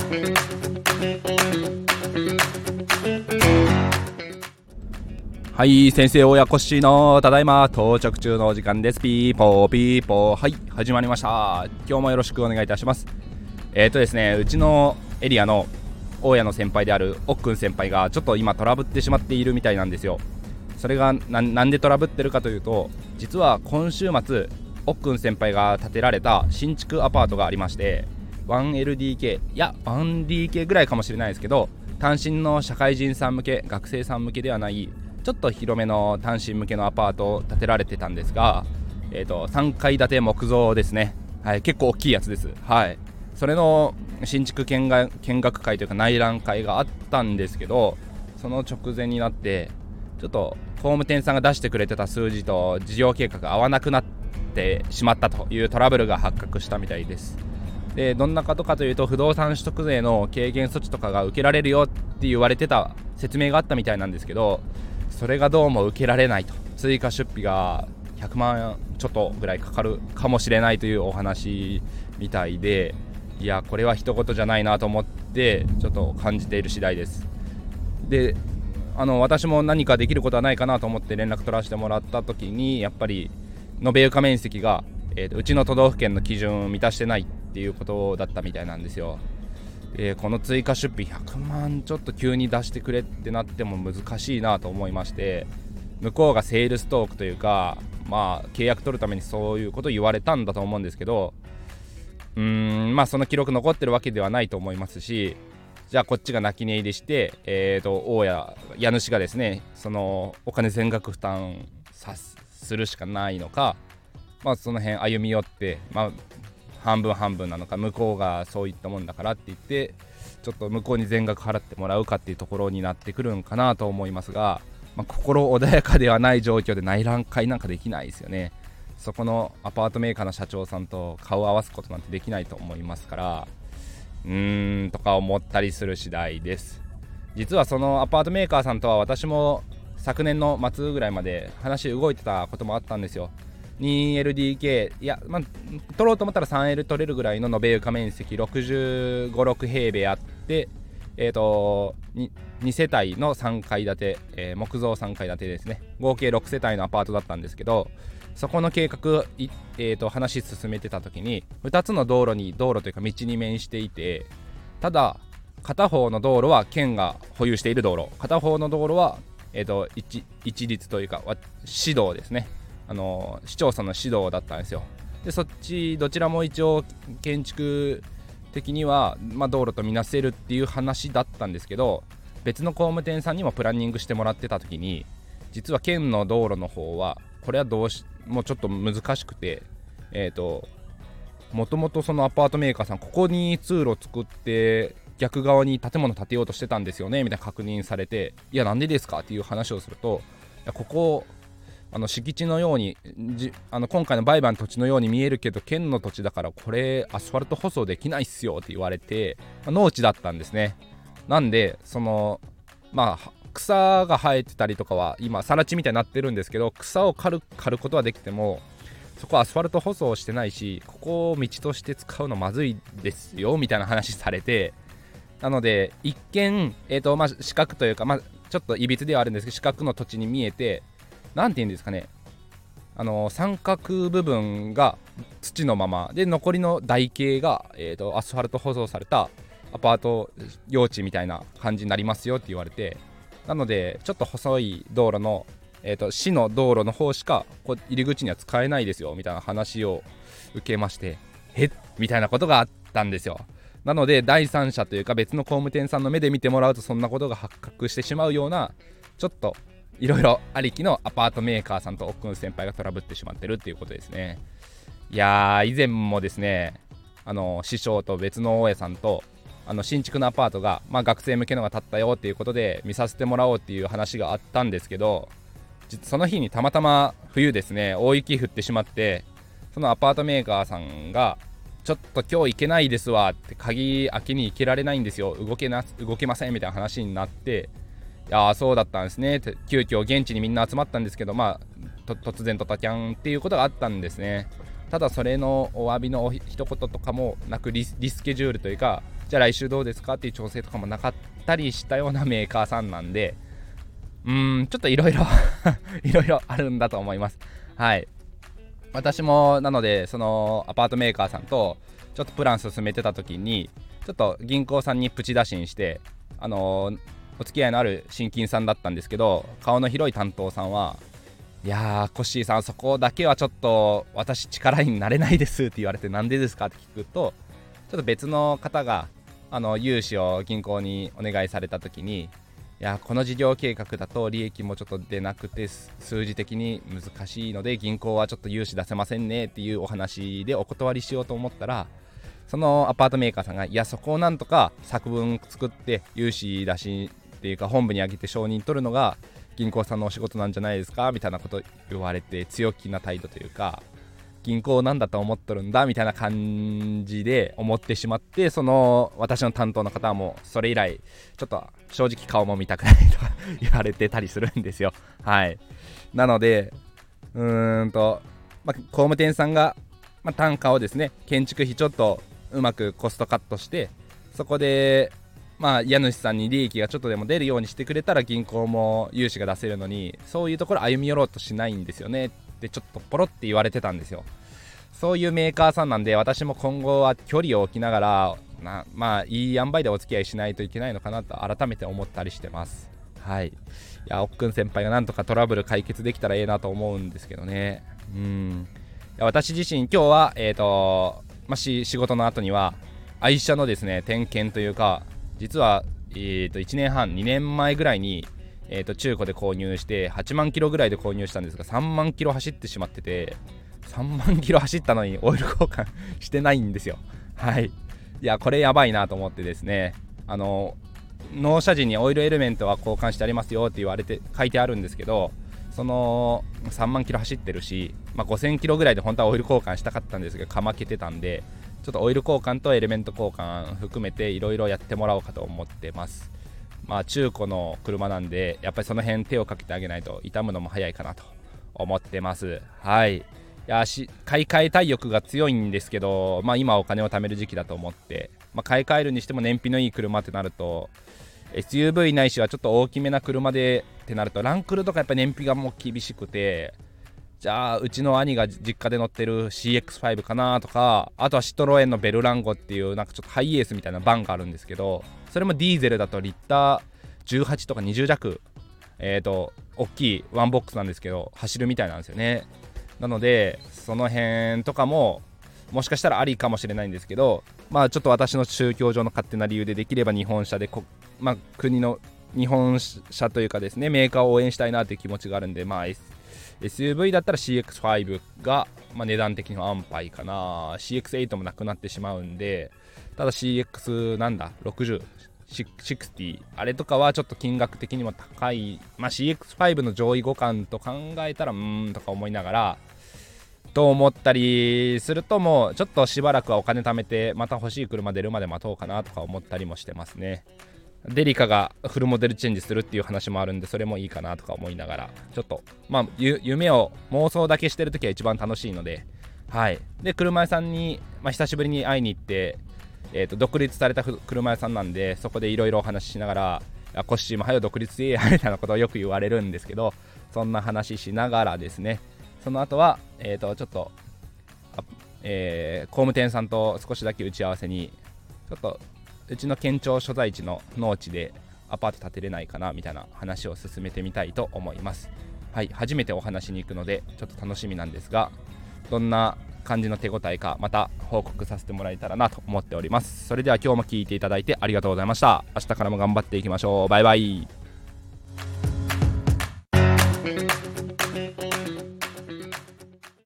はい、先生親子しのただいま到着中のお時間です。ピーポーピーポー。はい、始まりました。今日もよろしくお願いいたします。ですね、うちのエリアの大家の先輩であるおっくん先輩がちょっと今トラブってしまっているみたいなんですよ。それがなんでトラブってるかというと、実は今週末おっくん先輩が建てられた新築アパートがありまして、 1LDK いや 1DK ぐらいかもしれないですけど、単身の社会人さん向け、学生さん向けではないちょっと広めの単身向けのアパートを建てられてたんですが、3階建て木造ですね。はい、結構大きいやつです。はい、それの新築見学会というか内覧会があったんですけど、その直前になってちょっと工務店さんが出してくれてた数字と事業計画が合わなくなってしまったというトラブルが発覚したみたいです。で、どんなことかというと、不動産取得税の軽減措置とかが受けられるよって言われてた説明があったみたいなんですけど、それがどうも受けられないと、追加出費が100万ちょっとぐらいかかるかもしれないというお話みたいで、いやこれは一言じゃないなと思ってちょっと感じている次第です。で、私も何かできることはないかなと思って連絡取らせてもらった時に、やっぱり延べ床面積が、うちの都道府県の基準を満たしてないっていうことだったみたいなんですよ。この追加出費100万ちょっと急に出してくれってなっても難しいなと思いまして、向こうがセールストークというか、契約取るためにそういうことを言われたんだと思うんですけど、その記録残ってるわけではないと思いますし、じゃあこっちが泣き寝入りして、大家主がですね、そのお金全額負担するしかないのか、その辺歩み寄って、半分半分なのか、向こうがそういったもんだからって言ってちょっと向こうに全額払ってもらうかっていうところになってくるんかなと思いますが、心穏やかではない状況で内覧会なんかできないですよね。そこのアパートメーカーの社長さんと顔を合わすことなんてできないと思いますから、とか思ったりする次第です。実はそのアパートメーカーさんとは私も昨年の末ぐらいまで話動いてたこともあったんですよ。2LDK、いや、取ろうと思ったら 3L 取れるぐらいの延べ床面積65、6平米あって、2世帯の3階建て、木造3階建てですね。合計6世帯のアパートだったんですけど、そこの計画、話進めてた時に2つの道路というか道に面していて、ただ片方の道路は県が保有している道路、片方の道路は、一律というか市道ですね。市町村の指導だったんですよ。で、そっちどちらも一応建築的には、道路とみなせるっていう話だったんですけど、別の工務店さんにもプランニングしてもらってた時に、実は県の道路の方はこれはもうちょっと難しくて、もともとそのアパートメーカーさんここに通路作って逆側に建物建てようとしてたんですよねみたいな確認されて、いやなんでですかっていう話をすると、いやここ敷地のように今回の売買の土地のように見えるけど県の土地だからこれアスファルト舗装できないっすよって言われて、農地だったんですね。なんで草が生えてたりとかは今更地みたいになってるんですけど、草を刈ることはできてもそこはアスファルト舗装してないし、ここを道として使うのまずいですよみたいな話されて、なので一見四角というか、ちょっといびつではあるんですけど四角の土地に見えて、なんて言うんですかね、三角部分が土のままで残りの台形が、アスファルト舗装されたアパート用地みたいな感じになりますよって言われて、なのでちょっと細い道路の、市の道路の方しか入り口には使えないですよみたいな話を受けまして、みたいなことがあったんですよ。なので第三者というか別の工務店さんの目で見てもらうとそんなことが発覚してしまうような、ちょっといろいろありきのアパートメーカーさんとおっくん先輩がトラブってしまってるっていうことですね。いやー、以前もですね、師匠と別の大家さんと新築のアパートが、学生向けのが建ったよっていうことで見させてもらおうっていう話があったんですけど、その日にたまたま冬ですね、大雪降ってしまって、そのアパートメーカーさんがちょっと今日行けないですわって、鍵開けに行けられないんですよ、動けませんみたいな話になって、いやそうだったんですねって、急遽現地にみんな集まったんですけど、突然ドタキャンっていうことがあったんですね。ただそれのお詫びの一言とかもなくリスケジュールというか、 じゃあ来週どうですかっていう調整とかもなかったりしたようなメーカーさんなんで、ちょっといろいろいろいろあるんだと思います。はい。私もなのでそのアパートメーカーさんとちょっとプラン進めてた時に、ちょっと銀行さんにプチ打診して、お付き合いのある新金さんだったんですけど、顔の広い担当さんは、いやーコッシーさんそこだけはちょっと私力になれないですって言われて、なんでですかって聞くと、ちょっと別の方が融資を銀行にお願いされた時に、いやこの事業計画だと利益もちょっと出なくて数字的に難しいので銀行はちょっと融資出せませんねっていうお話でお断りしようと思ったら、そのアパートメーカーさんが、いやそこをなんとか作文作って融資出しっていうか本部に上げて承認取るのが銀行さんのお仕事なんじゃないですかみたいなこと言われて、強気な態度というか、銀行なんだと思っとるんだみたいな感じで思ってしまって、その私の担当の方はもうそれ以来ちょっと正直顔も見たくないとか言われてたりするんですよ。はい。なので工務店さんが、単価をですね、建築費ちょっとうまくコストカットして、そこで家主さんに利益がちょっとでも出るようにしてくれたら銀行も融資が出せるのに、そういうところ歩み寄ろうとしないんですよねってちょっとポロって言われてたんですよ。そういうメーカーさんなんで、私も今後は距離を置きながらいい塩梅でお付き合いしないといけないのかなと改めて思ったりしてます。はい。いや、おっくん先輩がなんとかトラブル解決できたらええなと思うんですけどね。いや私自身今日は仕事の後には愛車のですね点検というか、実は1年半2年前ぐらいに中古で購入して8万キロぐらいで購入したんですが、3万キロ走ってしまってて、3万キロ走ったのにオイル交換してないんですよ。はい。いやこれやばいなと思ってですね、納車時にオイルエレメントは交換してありますよって言われて書いてあるんですけど、その3万キロ走ってるし、5000キロぐらいで本当はオイル交換したかったんですけどかまけてたんで、ちょっとオイル交換とエレメント交換含めていろいろやってもらおうかと思ってます。中古の車なんで、やっぱりその辺手をかけてあげないと傷むのも早いかなと思ってます。はい。いや買い替えたい欲が強いんですけど、今お金を貯める時期だと思って、買い替えるにしても燃費のいい車ってなると SUV ないしはちょっと大きめな車でってなると、ランクルとかやっぱ燃費がもう厳しくて、じゃあうちの兄が実家で乗ってる CX5 かなとか、あとはシトロエンのベルランゴっていうなんかちょっとハイエースみたいなバンがあるんですけど、それもディーゼルだとリッター18とか20弱大きいワンボックスなんですけど走るみたいなんですよね。なのでその辺とかももしかしたらありかもしれないんですけど、ちょっと私の宗教上の勝手な理由でできれば日本車で国の日本車というかですねメーカーを応援したいなという気持ちがあるんで、SUV だったら CX5 が、値段的には安牌かな。 CX8 もなくなってしまうんで、ただ CX 60 60あれとかはちょっと金額的にも高い、CX5 の上位互換と考えたらとか思いながらと思ったりすると、もうちょっとしばらくはお金貯めてまた欲しい車出るまで待とうかなとか思ったりもしてますね。デリカがフルモデルチェンジするっていう話もあるんで、それもいいかなとか思いながら、ちょっと夢を妄想だけしてるときは一番楽しいので、はい。で車屋さんに、久しぶりに会いに行って、独立された車屋さんなんで、そこでいろいろお話ししながら、コッシーも早く独立せえやみたいなことをよく言われるんですけど、そんな話しながらですね、その後はちょっと工務店さんと少しだけ打ち合わせに、ちょっとうちの県庁所在地の農地でアパート建てれないかなみたいな話を進めてみたいと思います。はい。初めてお話に行くのでちょっと楽しみなんですが、どんな感じの手応えかまた報告させてもらえたらなと思っております。それでは今日も聞いていただいてありがとうございました。明日からも頑張っていきましょう。バイバイ。